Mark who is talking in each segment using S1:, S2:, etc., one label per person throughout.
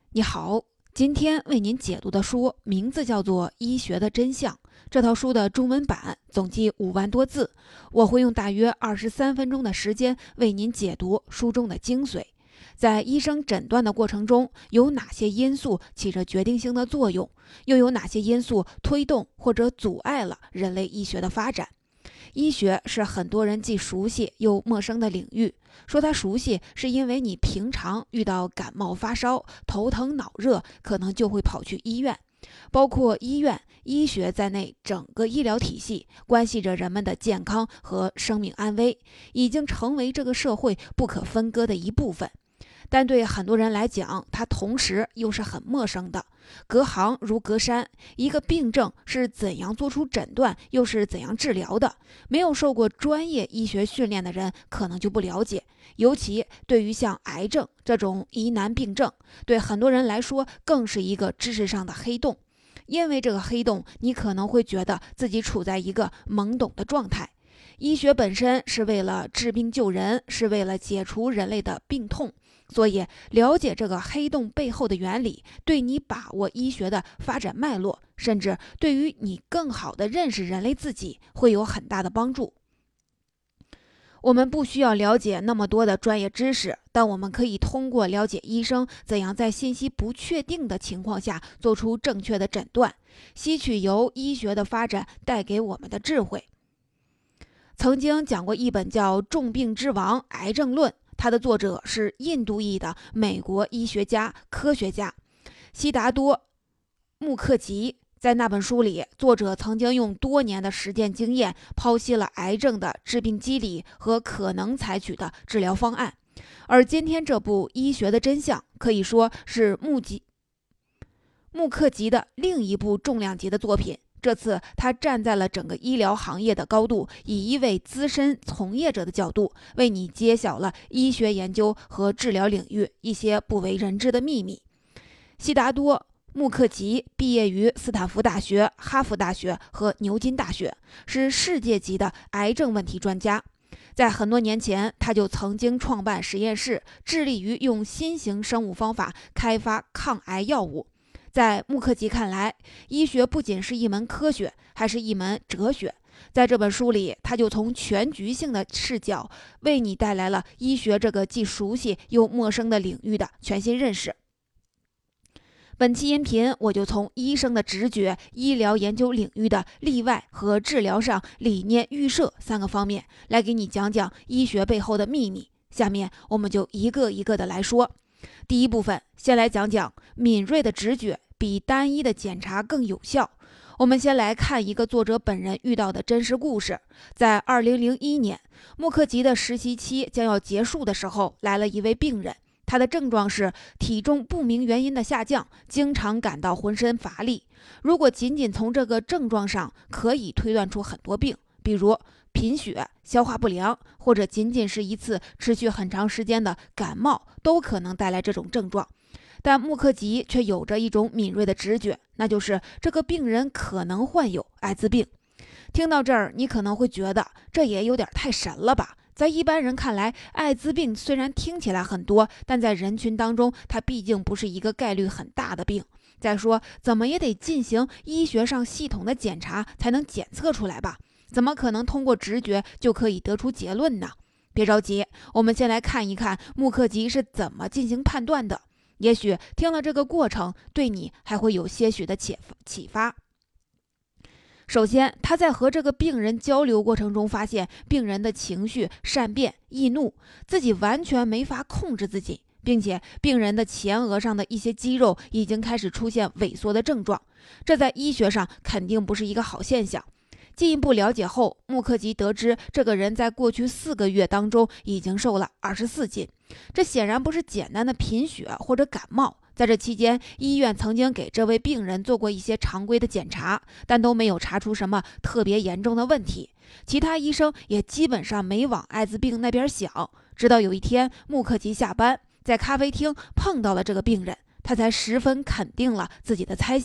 S1: 你好，今天为您解读的书名字叫做《医学的真相》。这套书的中文版总计5万多字，我会用大约23分钟的时间为您解读书中的精髓。在医生诊断的过程中，有哪些因素起着决定性的作用？又有哪些因素推动或者阻碍了人类医学的发展？医学是很多人既熟悉又陌生的领域。说它熟悉，是因为你平常遇到感冒发烧、头疼脑热，可能就会跑去医院。包括医院、医学在内，整个医疗体系关系着人们的健康和生命安危，已经成为这个社会不可分割的一部分。但对很多人来讲，它同时又是很陌生的，隔行如隔山。一个病症是怎样做出诊断，又是怎样治疗的，没有受过专业医学训练的人可能就不了解。尤其对于像癌症这种疑难病症，对很多人来说更是一个知识上的黑洞。因为这个黑洞，你可能会觉得自己处在一个懵懂的状态。医学本身是为了治病救人，是为了解除人类的病痛，所以了解这个黑洞背后的原理，对你把握医学的发展脉络，甚至对于你更好地认识人类自己，会有很大的帮助。我们不需要了解那么多的专业知识，但我们可以通过了解医生怎样在信息不确定的情况下做出正确的诊断，吸取由医学的发展带给我们的智慧。曾经讲过一本叫《重病之王：癌症论》，它的作者是印度裔的美国医学家、科学家悉达多·穆克吉。在那本书里，作者曾经用多年的实践经验剖析了癌症的致病机理和可能采取的治疗方案。而今天这部《医学的真相》可以说是穆克吉的另一部重量级的作品。这次他站在了整个医疗行业的高度，以一位资深从业者的角度，为你揭晓了医学研究和治疗领域一些不为人知的秘密。悉达多·穆克吉毕业于斯坦福大学、哈佛大学和牛津大学，是世界级的癌症问题专家。在很多年前，他就曾经创办实验室，致力于用新型生物方法开发抗癌药物。在穆克吉看来，医学不仅是一门科学，还是一门哲学。在这本书里，他就从全局性的视角，为你带来了医学这个既熟悉又陌生的领域的全新认识。本期音频，我就从医生的直觉、医疗研究领域的例外和治疗上理念预设3个方面，来给你讲讲医学背后的秘密。下面我们就一个一个的来说。第一部分，先来讲讲敏锐的直觉比单一的检查更有效。我们先来看一个作者本人遇到的真实故事。在2001年，穆克吉的实习期将要结束的时候，来了一位病人。他的症状是体重不明原因的下降，经常感到浑身乏力。如果仅仅从这个症状上，可以推断出很多病，比如贫血、消化不良，或者仅仅是一次持续很长时间的感冒，都可能带来这种症状。但穆克吉却有着一种敏锐的直觉，那就是这个病人可能患有艾滋病。听到这儿，你可能会觉得这也有点太神了吧？在一般人看来，艾滋病虽然听起来很多，但在人群当中，它毕竟不是一个概率很大的病。再说，怎么也得进行医学上系统的检查才能检测出来吧？怎么可能通过直觉就可以得出结论呢？别着急，我们先来看一看穆克吉是怎么进行判断的。也许听了这个过程，对你还会有些许的启发。首先，他在和这个病人交流过程中发现，病人的情绪善变、易怒，自己完全没法控制自己，并且病人的前额上的一些肌肉已经开始出现萎缩的症状，这在医学上肯定不是一个好现象。进一步了解后，穆克吉得知这个人在过去4个月当中已经瘦了24斤，这显然不是简单的贫血或者感冒。在这期间，医院曾经给这位病人做过一些常规的检查，但都没有查出什么特别严重的问题。其他医生也基本上没往艾滋病那边想。直到有一天，穆克吉下班，在咖啡厅碰到了这个病人，他才十分肯定了自己的猜想。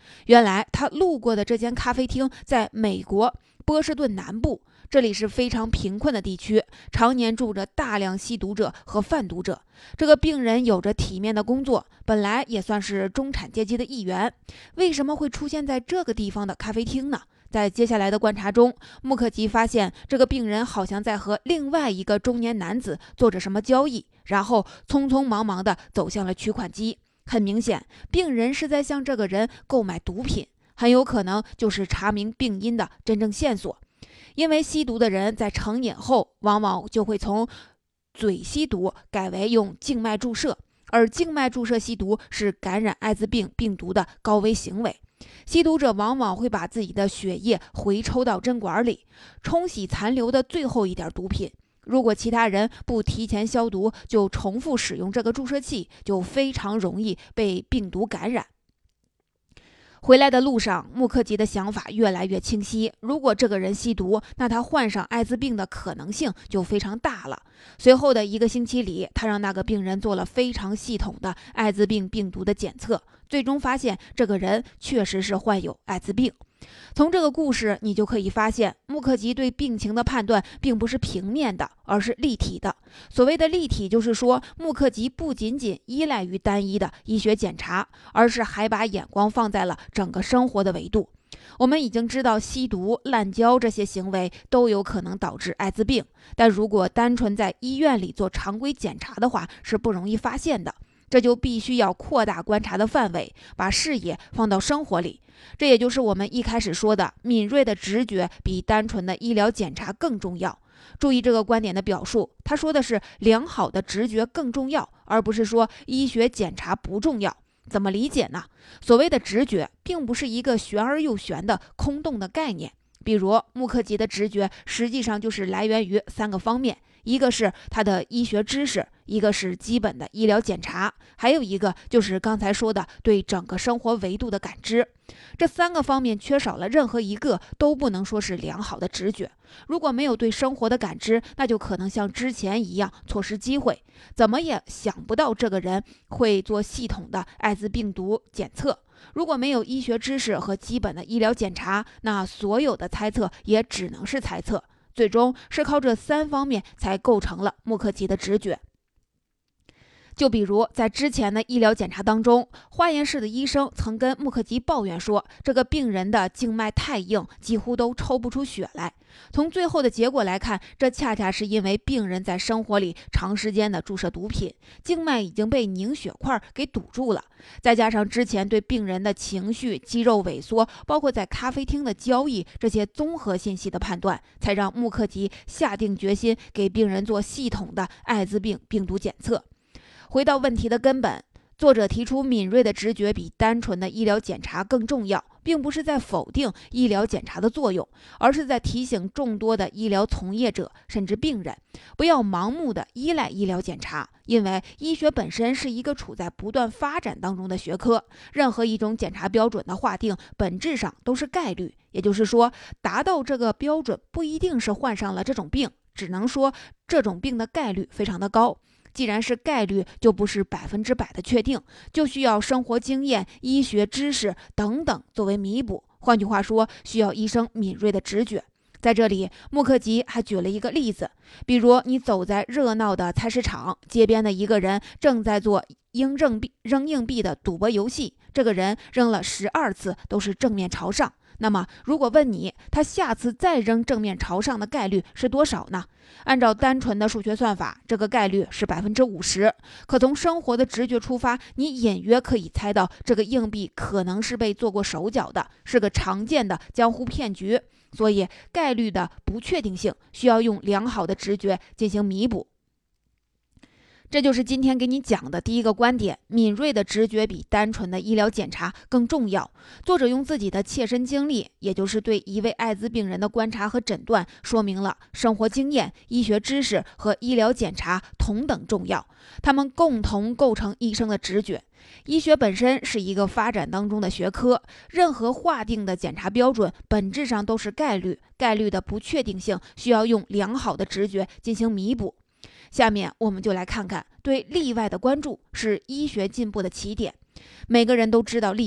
S1: 原来他路过的这间咖啡厅在美国波士顿南部，这里是非常贫困的地区，常年住着大量吸毒者和贩毒者。这个病人有着体面的工作，本来也算是中产阶级的一员，为什么会出现在这个地方的咖啡厅呢？在接下来的观察中，穆克吉发现这个病人好像在和另外一个中年男子做着什么交易，然后匆匆忙忙地走向了取款机。很明显，病人是在向这个人购买毒品，很有可能就是查明病因的真正线索。因为吸毒的人在成瘾后，往往就会从嘴吸毒改为用静脉注射，而静脉注射吸毒是感染艾滋病病毒的高危行为。吸毒者往往会把自己的血液回抽到针管里，冲洗残留的最后一点毒品。如果其他人不提前消毒，就重复使用这个注射器，就非常容易被病毒感染。回来的路上，穆克吉的想法越来越清晰。如果这个人吸毒，那他患上艾滋病的可能性就非常大了。随后的1个星期里，他让那个病人做了非常系统的艾滋病病毒的检测，最终发现这个人确实是患有艾滋病。从这个故事，你就可以发现，穆克吉对病情的判断并不是平面的，而是立体的。所谓的立体，就是说，穆克吉不仅仅依赖于单一的医学检查，而是还把眼光放在了整个生活的维度。我们已经知道，吸毒、滥交这些行为都有可能导致艾滋病，但如果单纯在医院里做常规检查的话，是不容易发现的。这就必须要扩大观察的范围，把视野放到生活里。这也就是我们一开始说的，敏锐的直觉比单纯的医疗检查更重要。注意这个观点的表述，他说的是良好的直觉更重要，而不是说医学检查不重要。怎么理解呢？所谓的直觉，并不是一个玄而又玄的空洞的概念。比如穆克吉的直觉实际上就是来源于3个方面，一个是他的医学知识，一个是基本的医疗检查，还有一个就是刚才说的对整个生活维度的感知。这3个方面缺少了任何一个，都不能说是良好的直觉。如果没有对生活的感知，那就可能像之前一样错失机会，怎么也想不到这个人会做系统的艾滋病毒检测。如果没有医学知识和基本的医疗检查，那所有的猜测也只能是猜测，最终是靠这3方面才构成了穆克吉的直觉。就比如在之前的医疗检查当中，化验室的医生曾跟穆克吉抱怨说，这个病人的静脉太硬，几乎都抽不出血来。从最后的结果来看，这恰恰是因为病人在生活里长时间的注射毒品，静脉已经被凝血块给堵住了。再加上之前对病人的情绪、肌肉萎缩，包括在咖啡厅的交易，这些综合信息的判断，才让穆克吉下定决心给病人做系统的艾滋病病毒检测。回到问题的根本，作者提出敏锐的直觉比单纯的医疗检查更重要，并不是在否定医疗检查的作用，而是在提醒众多的医疗从业者甚至病人，不要盲目的依赖医疗检查，因为医学本身是一个处在不断发展当中的学科，任何一种检查标准的划定本质上都是概率，也就是说，达到这个标准不一定是患上了这种病，只能说这种病的概率非常的高。既然是概率，就不是100%的确定，就需要生活经验、医学知识等等作为弥补。换句话说，需要医生敏锐的直觉。在这里，穆克吉还举了一个例子，比如你走在热闹的菜市场，街边的一个人正在做扔硬币的赌博游戏，这个人扔了12次都是正面朝上。那么如果问你，他下次再扔正面朝上的概率是多少呢？按照单纯的数学算法，这个概率是50%。可从生活的直觉出发，你隐约可以猜到这个硬币可能是被做过手脚的，是个常见的江湖骗局。所以概率的不确定性需要用良好的直觉进行弥补。这就是今天给你讲的第一个观点，敏锐的直觉比单纯的医疗检查更重要。作者用自己的切身经历，也就是对一位艾滋病人的观察和诊断，说明了生活经验、医学知识和医疗检查同等重要，它们共同构成医生的直觉。医学本身是一个发展当中的学科，任何划定的检查标准本质上都是概率，概率的不确定性需要用良好的直觉进行弥补。下面我们就来看看，对例外的关注是医学进步的起点。每个人都知道例外，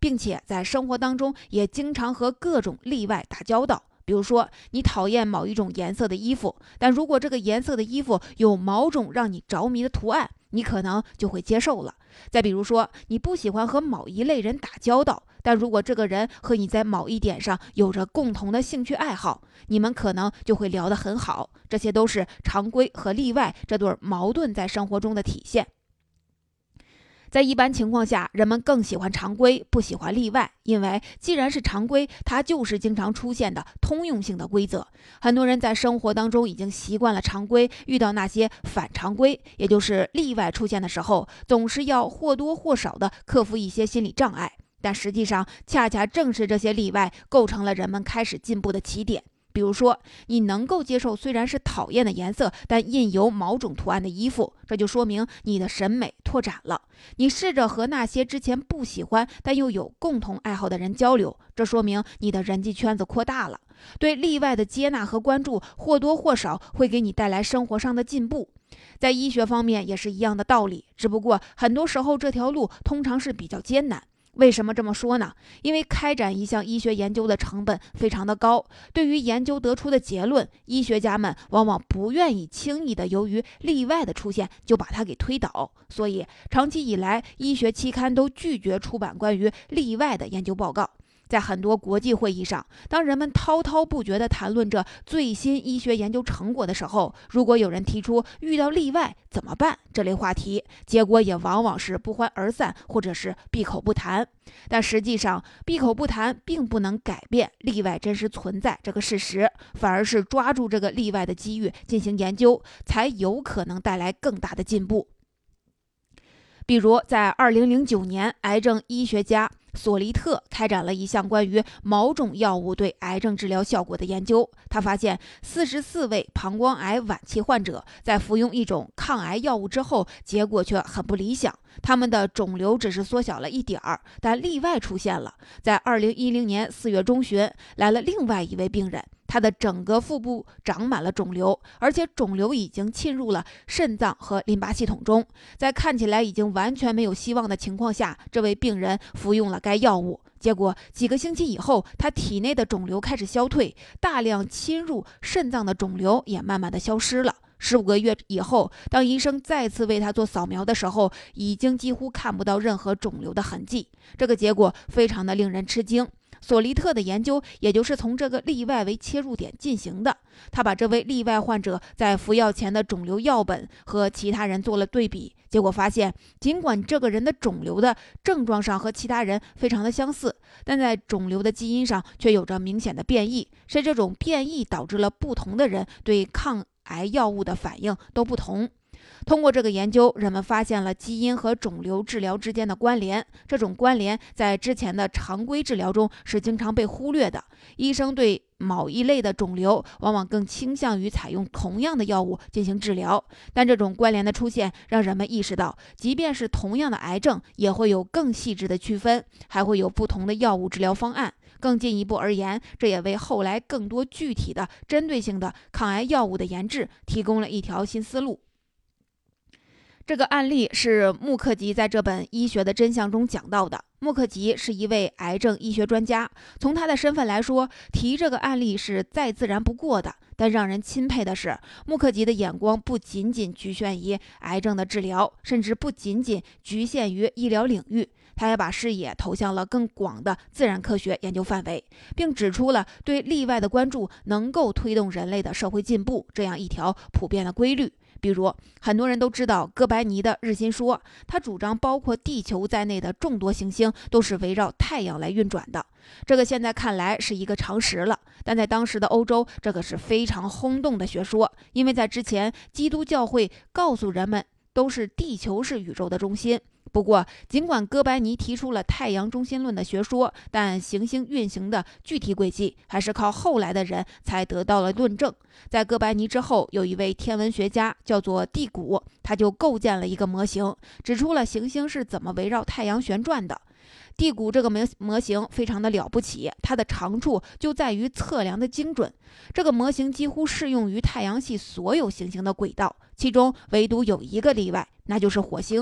S1: 并且在生活当中也经常和各种例外打交道。比如说，你讨厌某一种颜色的衣服，但如果这个颜色的衣服有某种让你着迷的图案，你可能就会接受了。再比如说，你不喜欢和某一类人打交道，但如果这个人和你在某一点上有着共同的兴趣爱好，你们可能就会聊得很好。这些都是常规和例外这对矛盾在生活中的体现。在一般情况下，人们更喜欢常规，不喜欢例外，因为既然是常规，它就是经常出现的通用性的规则。很多人在生活当中已经习惯了常规，遇到那些反常规，也就是例外出现的时候，总是要或多或少的克服一些心理障碍。但实际上，恰恰正是这些例外，构成了人们开始进步的起点。比如说，你能够接受虽然是讨厌的颜色，但印有某种图案的衣服，这就说明你的审美拓展了。你试着和那些之前不喜欢但又有共同爱好的人交流，这说明你的人际圈子扩大了。对例外的接纳和关注，或多或少会给你带来生活上的进步。在医学方面也是一样的道理，只不过很多时候这条路通常是比较艰难。为什么这么说呢？因为开展一项医学研究的成本非常的高，对于研究得出的结论，医学家们往往不愿意轻易的由于例外的出现就把它给推倒，所以长期以来，医学期刊都拒绝出版关于例外的研究报告。在很多国际会议上，当人们滔滔不绝地谈论着最新医学研究成果的时候，如果有人提出遇到例外怎么办这类话题，结果也往往是不欢而散，或者是闭口不谈。但实际上，闭口不谈并不能改变例外真实存在这个事实，反而是抓住这个例外的机遇进行研究，才有可能带来更大的进步。比如在2009年，癌症医学家索利特开展了一项关于某种药物对癌症治疗效果的研究。他发现44位膀胱癌晚期患者在服用一种抗癌药物之后，结果却很不理想，他们的肿瘤只是缩小了一点儿。但例外出现了，在2010年4月中旬，来了另外一位病人，他的整个腹部长满了肿瘤，而且肿瘤已经侵入了肾脏和淋巴系统中。在看起来已经完全没有希望的情况下，这位病人服用了该药物，结果几个星期以后，他体内的肿瘤开始消退，大量侵入肾脏的肿瘤也慢慢的消失了。15个月以后，当医生再次为他做扫描的时候，已经几乎看不到任何肿瘤的痕迹。这个结果非常的令人吃惊。索利特的研究也就是从这个例外为切入点进行的。他把这位例外患者在服药前的肿瘤样本和其他人做了对比，结果发现，尽管这个人的肿瘤的症状上和其他人非常的相似，但在肿瘤的基因上却有着明显的变异，是这种变异导致了不同的人对抗癌药物的反应都不同。通过这个研究，人们发现了基因和肿瘤治疗之间的关联。这种关联在之前的常规治疗中是经常被忽略的。医生对某一类的肿瘤往往更倾向于采用同样的药物进行治疗，但这种关联的出现让人们意识到，即便是同样的癌症，也会有更细致的区分，还会有不同的药物治疗方案。更进一步而言，这也为后来更多具体的针对性的抗癌药物的研制提供了一条新思路。这个案例是穆克吉在这本《医学的真相》中讲到的。穆克吉是一位癌症医学专家，从他的身份来说，提这个案例是再自然不过的。但让人钦佩的是，穆克吉的眼光不仅仅局限于癌症的治疗，甚至不仅仅局限于医疗领域，他也把视野投向了更广的自然科学研究范围，并指出了对例外的关注能够推动人类的社会进步这样一条普遍的规律。比如，很多人都知道哥白尼的日心说，他主张包括地球在内的众多行星都是围绕太阳来运转的。这个现在看来是一个常识了，但在当时的欧洲，这个是非常轰动的学说，因为在之前，基督教会告诉人们都是地球是宇宙的中心。不过，尽管哥白尼提出了太阳中心论的学说，但行星运行的具体轨迹还是靠后来的人才得到了论证。在哥白尼之后，有一位天文学家叫做蒂古，他就构建了一个模型，指出了行星是怎么围绕太阳旋转的。蒂古这个模型非常的了不起，它的长处就在于测量的精准。这个模型几乎适用于太阳系所有行星的轨道，其中唯独有一个例外，那就是火星。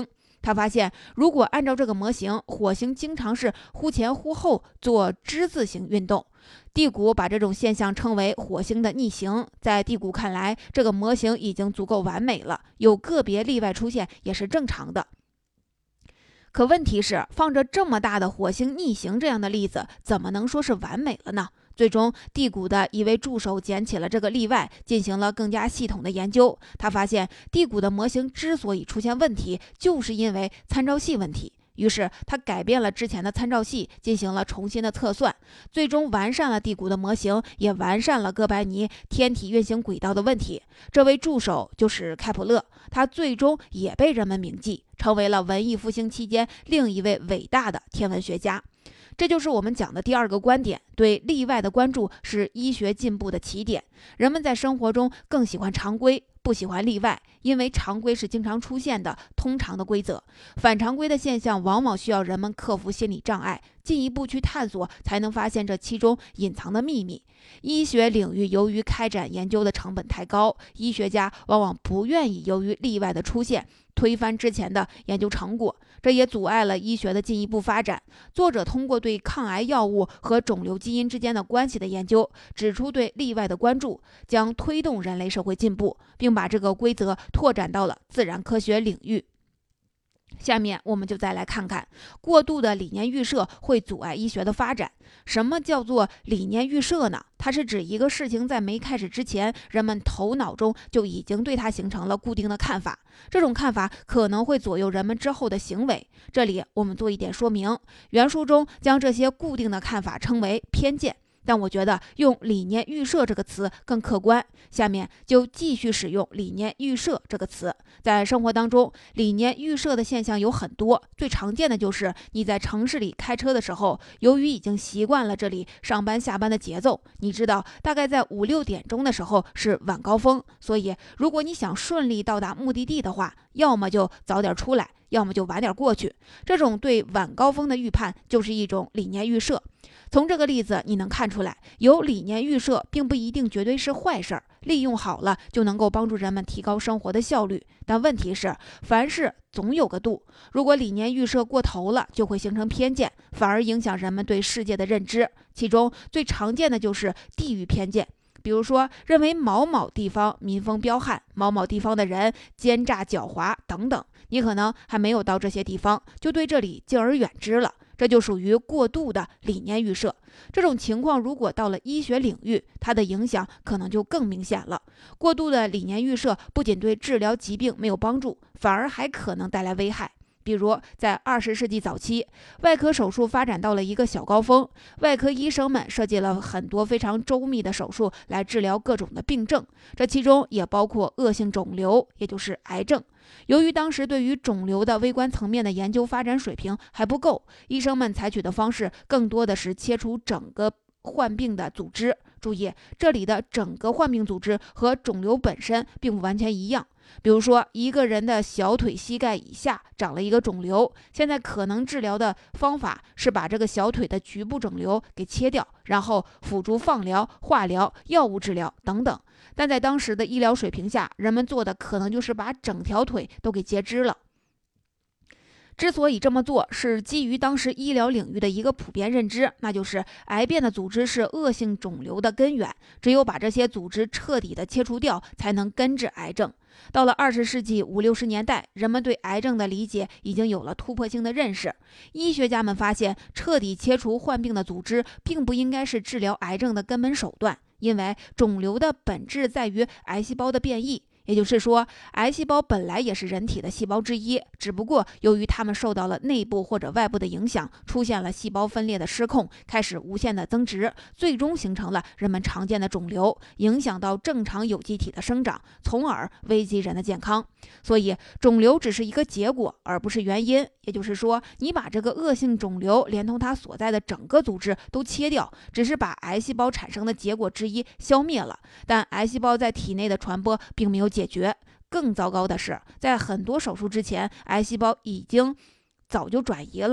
S1: 他发现，如果按照这个模型，火星经常是忽前忽后做之字形运动。地谷把这种现象称为火星的逆行。在地谷看来，这个模型已经足够完美了，有个别例外出现也是正常的。可问题是，放着这么大的火星逆行这样的例子，怎么能说是完美了呢？最终，地谷的一位助手捡起了这个例外，进行了更加系统的研究。他发现，地谷的模型之所以出现问题，就是因为参照系问题。于是他改变了之前的参照系，进行了重新的测算，最终完善了地谷的模型，也完善了哥白尼天体运行轨道的问题。这位助手就是开普勒，他最终也被人们铭记，成为了文艺复兴期间另一位伟大的天文学家。这就是我们讲的第二个观点，对例外的关注是医学进步的起点。人们在生活中更喜欢常规，不喜欢例外，因为常规是经常出现的通常的规则，反常规的现象往往需要人们克服心理障碍，进一步去探索，才能发现这其中隐藏的秘密。医学领域由于开展研究的成本太高，医学家往往不愿意由于例外的出现推翻之前的研究成果，这也阻碍了医学的进一步发展。作者通过对抗癌药物和肿瘤基因之间的关系的研究，指出对例外的关注将推动人类社会进步，并把这个规则拓展到了自然科学领域。下面我们就再来看看，过度的理念预设会阻碍医学的发展。什么叫做理念预设呢？它是指一个事情在没开始之前，人们头脑中就已经对它形成了固定的看法，这种看法可能会左右人们之后的行为。这里我们做一点说明，原书中将这些固定的看法称为偏见，但我觉得用理念预设这个词更客观，下面就继续使用理念预设这个词。在生活当中，理念预设的现象有很多，最常见的就是你在城市里开车的时候，由于已经习惯了这里上班下班的节奏，你知道大概在5、6点钟的时候是晚高峰，所以如果你想顺利到达目的地的话，要么就早点出来，要么就晚点过去。这种对晚高峰的预判就是一种理念预设。从这个例子你能看出来，有理念预设并不一定绝对是坏事儿，利用好了就能够帮助人们提高生活的效率。但问题是，凡事总有个度，如果理念预设过头了，就会形成偏见，反而影响人们对世界的认知。其中最常见的就是地域偏见，比如说认为某某地方民风彪悍，某某地方的人奸诈狡猾等等，你可能还没有到这些地方，就对这里敬而远之了，这就属于过度的理念预设。这种情况如果到了医学领域，它的影响可能就更明显了。过度的理念预设不仅对治疗疾病没有帮助，反而还可能带来危害。比如在20世纪早期，外科手术发展到了一个小高峰，外科医生们设计了很多非常周密的手术来治疗各种的病症，这其中也包括恶性肿瘤，也就是癌症。由于当时对于肿瘤的微观层面的研究发展水平还不够，医生们采取的方式更多的是切除整个患病的组织。注意，这里的整个患病组织和肿瘤本身并不完全一样。比如说，一个人的小腿膝盖以下长了一个肿瘤，现在可能治疗的方法是把这个小腿的局部肿瘤给切掉，然后辅助放疗、化疗、药物治疗等等。但在当时的医疗水平下，人们做的可能就是把整条腿都给截肢了。之所以这么做，是基于当时医疗领域的一个普遍认知，那就是癌变的组织是恶性肿瘤的根源，只有把这些组织彻底的切除掉，才能根治癌症。到了20世纪50、60年代，人们对癌症的理解已经有了突破性的认识。医学家们发现，彻底切除患病的组织，并不应该是治疗癌症的根本手段，因为肿瘤的本质在于癌细胞的变异。也就是说，癌细胞本来也是人体的细胞之一，只不过由于它们受到了内部或者外部的影响，出现了细胞分裂的失控，开始无限的增殖，最终形成了人们常见的肿瘤，影响到正常有机体的生长，从而危及人的健康。所以，肿瘤只是一个结果，而不是原因。也就是说，你把这个恶性肿瘤连同它所在的整个组织都切掉，只是把癌细胞产生的结果之一消灭了，但癌细胞在体内的传播并没有解决。更糟糕的是，在很多手术之前，癌细胞已经早就转移了。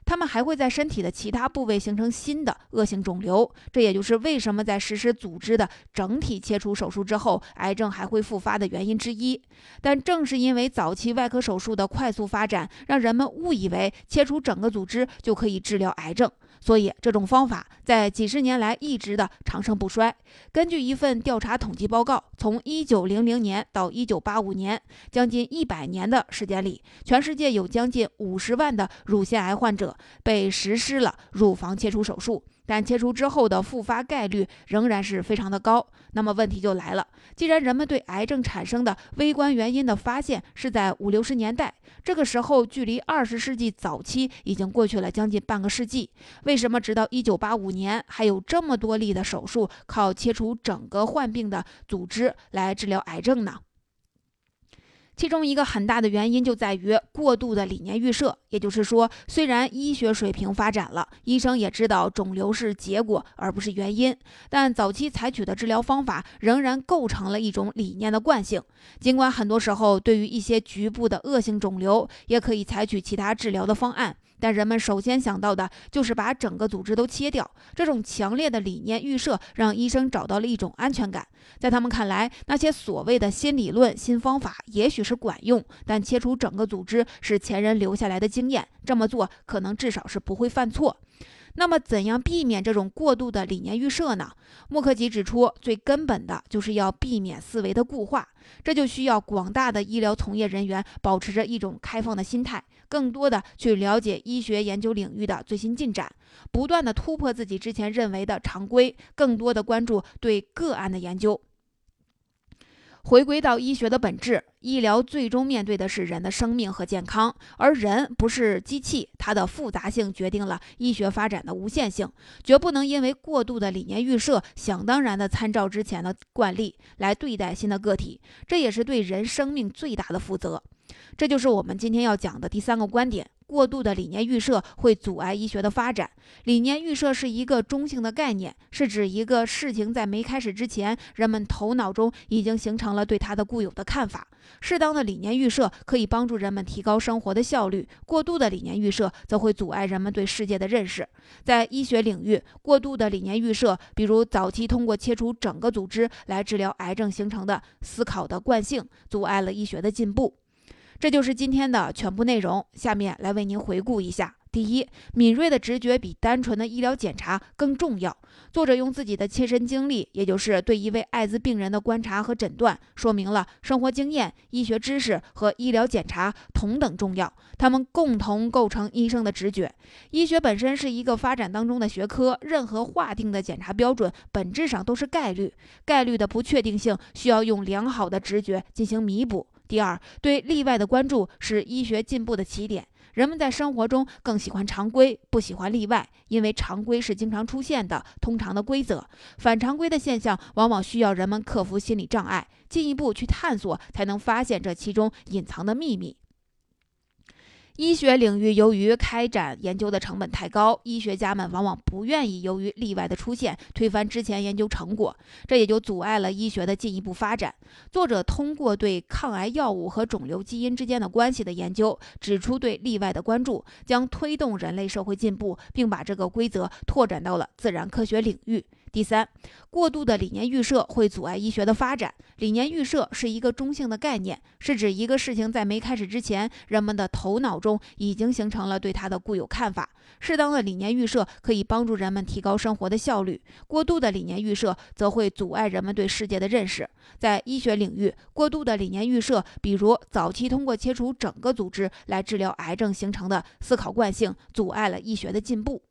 S1: 它们还会在身体的其他部位形成新的恶性肿瘤。这也就是为什么在实施组织的整体切除手术之后，癌症还会复发的原因之一。但正是因为早期外科手术的快速发展，让人们误以为切除整个组织就可以治疗癌症，所以这种方法在几十年来一直的长盛不衰。根据一份调查统计报告，从1900年到1985年，将近100年的时间里，全世界有将近50万的乳腺癌患者被实施了乳房切除手术，但切除之后的复发概率仍然是非常的高。那么问题就来了，既然人们对癌症产生的微观原因的发现是在50、60年代，这个时候距离20世纪早期已经过去了将近半个世纪，为什么直到1985年还有这么多例的手术靠切除整个患病的组织来治疗癌症呢？其中一个很大的原因就在于过度的理念预设，也就是说，虽然医学水平发展了，医生也知道肿瘤是结果而不是原因，但早期采取的治疗方法仍然构成了一种理念的惯性。尽管很多时候对于一些局部的恶性肿瘤也可以采取其他治疗的方案，但人们首先想到的就是把整个组织都切掉。这种强烈的理念预设让医生找到了一种安全感，在他们看来，那些所谓的新理论、新方法也许是管用，但切除整个组织是前人留下来的经验，这么做可能至少是不会犯错。那么怎样避免这种过度的理念预设呢？默克吉指出，最根本的就是要避免思维的固化，这就需要广大的医疗从业人员保持着一种开放的心态，更多的去了解医学研究领域的最新进展，不断的突破自己之前认为的常规，更多的关注对个案的研究。回归到医学的本质，医疗最终面对的是人的生命和健康，而人不是机器，它的复杂性决定了医学发展的无限性，绝不能因为过度的理念预设，想当然的参照之前的惯例来对待新的个体，这也是对人生命最大的负责。这就是我们今天要讲的第3个观点，过度的理念预设会阻碍医学的发展。理念预设是一个中性的概念，是指一个事情在没开始之前，人们头脑中已经形成了对它的固有的看法。适当的理念预设可以帮助人们提高生活的效率，过度的理念预设则会阻碍人们对世界的认识。在医学领域，过度的理念预设，比如早期通过切除整个组织来治疗癌症形成的思考的惯性，阻碍了医学的进步。这就是今天的全部内容，下面来为您回顾一下。第一，敏锐的直觉比单纯的医疗检查更重要。作者用自己的切身经历，也就是对一位艾滋病人的观察和诊断，说明了生活经验、医学知识和医疗检查同等重要，它们共同构成医生的直觉。医学本身是一个发展当中的学科，任何划定的检查标准本质上都是概率，概率的不确定性需要用良好的直觉进行弥补。第二，对例外的关注是医学进步的起点。人们在生活中更喜欢常规，不喜欢例外，因为常规是经常出现的通常的规则，反常规的现象往往需要人们克服心理障碍，进一步去探索，才能发现这其中隐藏的秘密。医学领域由于开展研究的成本太高，医学家们往往不愿意由于例外的出现推翻之前研究成果，这也就阻碍了医学的进一步发展。作者通过对抗癌药物和肿瘤基因之间的关系的研究，指出对例外的关注将推动人类社会进步，并把这个规则拓展到了自然科学领域。第三，过度的理念预设会阻碍医学的发展。理念预设是一个中性的概念，是指一个事情在没开始之前，人们的头脑中已经形成了对它的固有看法。适当的理念预设可以帮助人们提高生活的效率，过度的理念预设则会阻碍人们对世界的认识。在医学领域，过度的理念预设，比如早期通过切除整个组织来治疗癌症形成的思考惯性，阻碍了医学的进步。